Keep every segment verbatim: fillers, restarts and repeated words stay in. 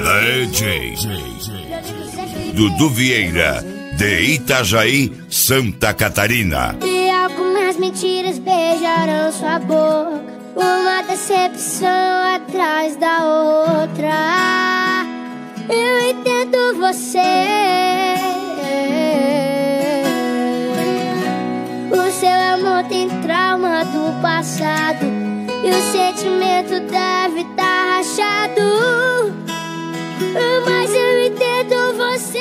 D J Dudu Vieira, de Itajaí, Santa Catarina. E algumas mentiras beijaram sua boca, uma decepção atrás da outra. Eu entendo você. O seu amor tem trauma do passado e o sentimento deve estar rachado. Mas eu entendo você.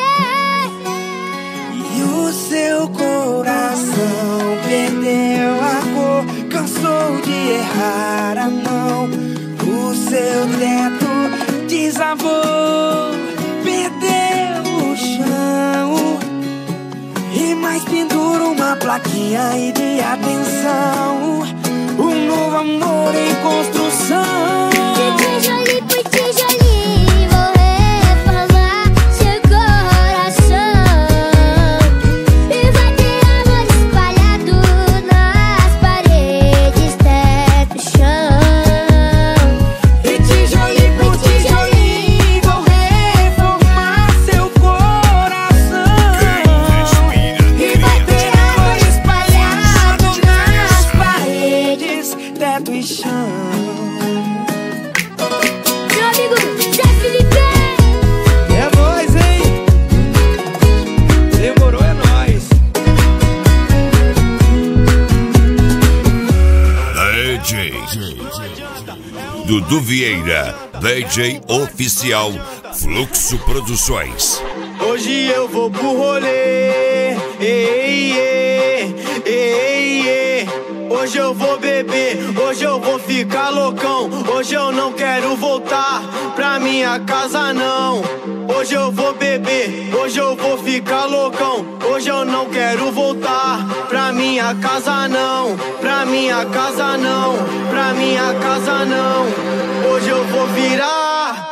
E o seu coração perdeu a cor, cansou de errar a mão. O seu teto desabou, perdeu o chão. E mais pendura uma plaquinha aí de atenção. Um novo amor em construção. De tijolo por tijolinho vou reformar seu coração. E vai ter amor espalhado nas paredes, teto, chão. De tijolinho por tijolinho vou reformar seu coração. E vai ter amor espalhado nas paredes, teto e chão. Meu amigo Zé Felipe. É nóis, hein? Demorou, é nóis. D J Dudu Vieira, D J oficial, Fluxo Produções. Hoje eu vou pro rolê, ei, ei, ei, ei. Hoje eu vou beber, hoje eu vou ficar loucão. Hoje eu não quero voltar pra minha casa não. Hoje eu vou beber, hoje eu vou ficar loucão. Hoje eu não quero voltar pra minha casa não. Pra minha casa não, pra minha casa não. Hoje eu vou virar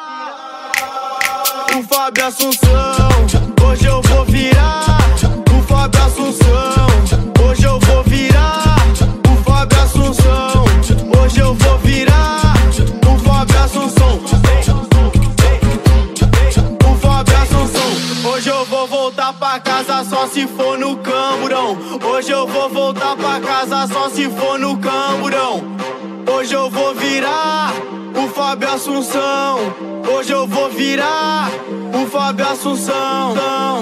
o Fábio Assunção. Hoje eu vou virar o Fábio Assunção. Hoje eu vou virar o Fábio Assunção. Hoje eu vou virar o Fábio Assunção. O Fábio Assunção. Hoje eu vou voltar pra casa só se for no camburão. Hoje eu vou voltar pra casa só se for no camburão. Hoje eu vou virar o Fábio Assunção. Hoje eu vou virar o Fábio Assunção.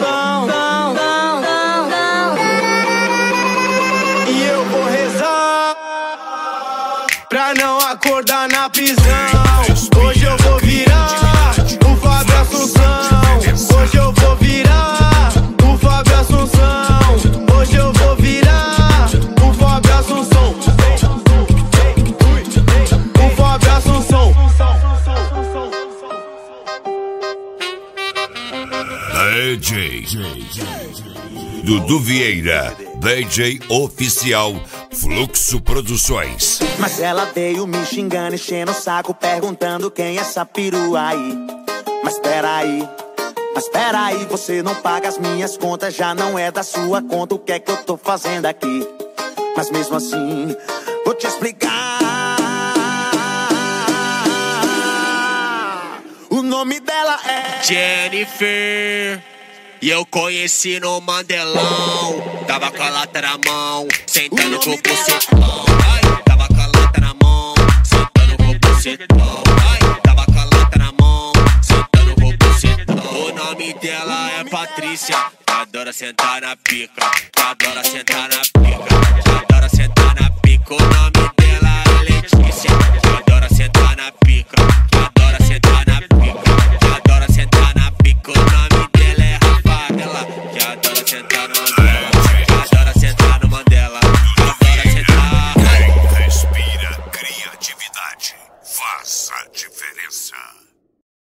E eu vou rezar pra não acordar na prisão. Hoje eu vou virar o Fábio Assunção. Hoje eu vou virar o Fábio Assunção. Hoje eu vou virar o Fábio Assunção. O Fábio Assunção. D J Dudu Vieira, D J oficial, Fluxo Produções. Mas ela veio me xingando, enchendo o saco, perguntando quem é essa perua aí. Mas peraí, mas peraí, você não paga as minhas contas, já não é da sua conta, o que é que eu tô fazendo aqui? Mas mesmo assim, vou te explicar. O nome dela é Jennifer. E eu conheci no Mandelão. Tava com a lata na mão, sentando com o bucetão. Ai, tava com a lata na mão, sentando com o bucetão. Ai, tava com a lata na mão, sentando com o bucetão. O nome dela é Patrícia. Adora sentar na pica, adora sentar na pica, adora sentar na pica. O nome dela é Letícia. Adora sentar na pica,